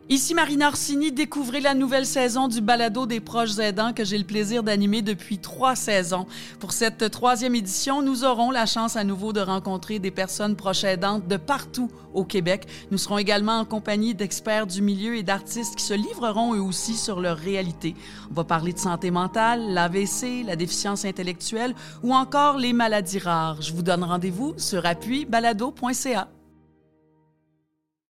Ici Marina Orsini, découvrez la nouvelle saison du balado des proches aidants que j'ai le plaisir d'animer depuis 3 saisons. Pour cette 3e édition, nous aurons la chance à nouveau de rencontrer des personnes proches aidantes de partout au Québec. Nous serons également en compagnie d'experts du milieu et d'artistes qui se livreront eux aussi sur leur réalité. On va parler de santé mentale, l'AVC, la déficience intellectuelle ou encore les maladies rares. Je vous donne rendez-vous sur appuibalado.ca.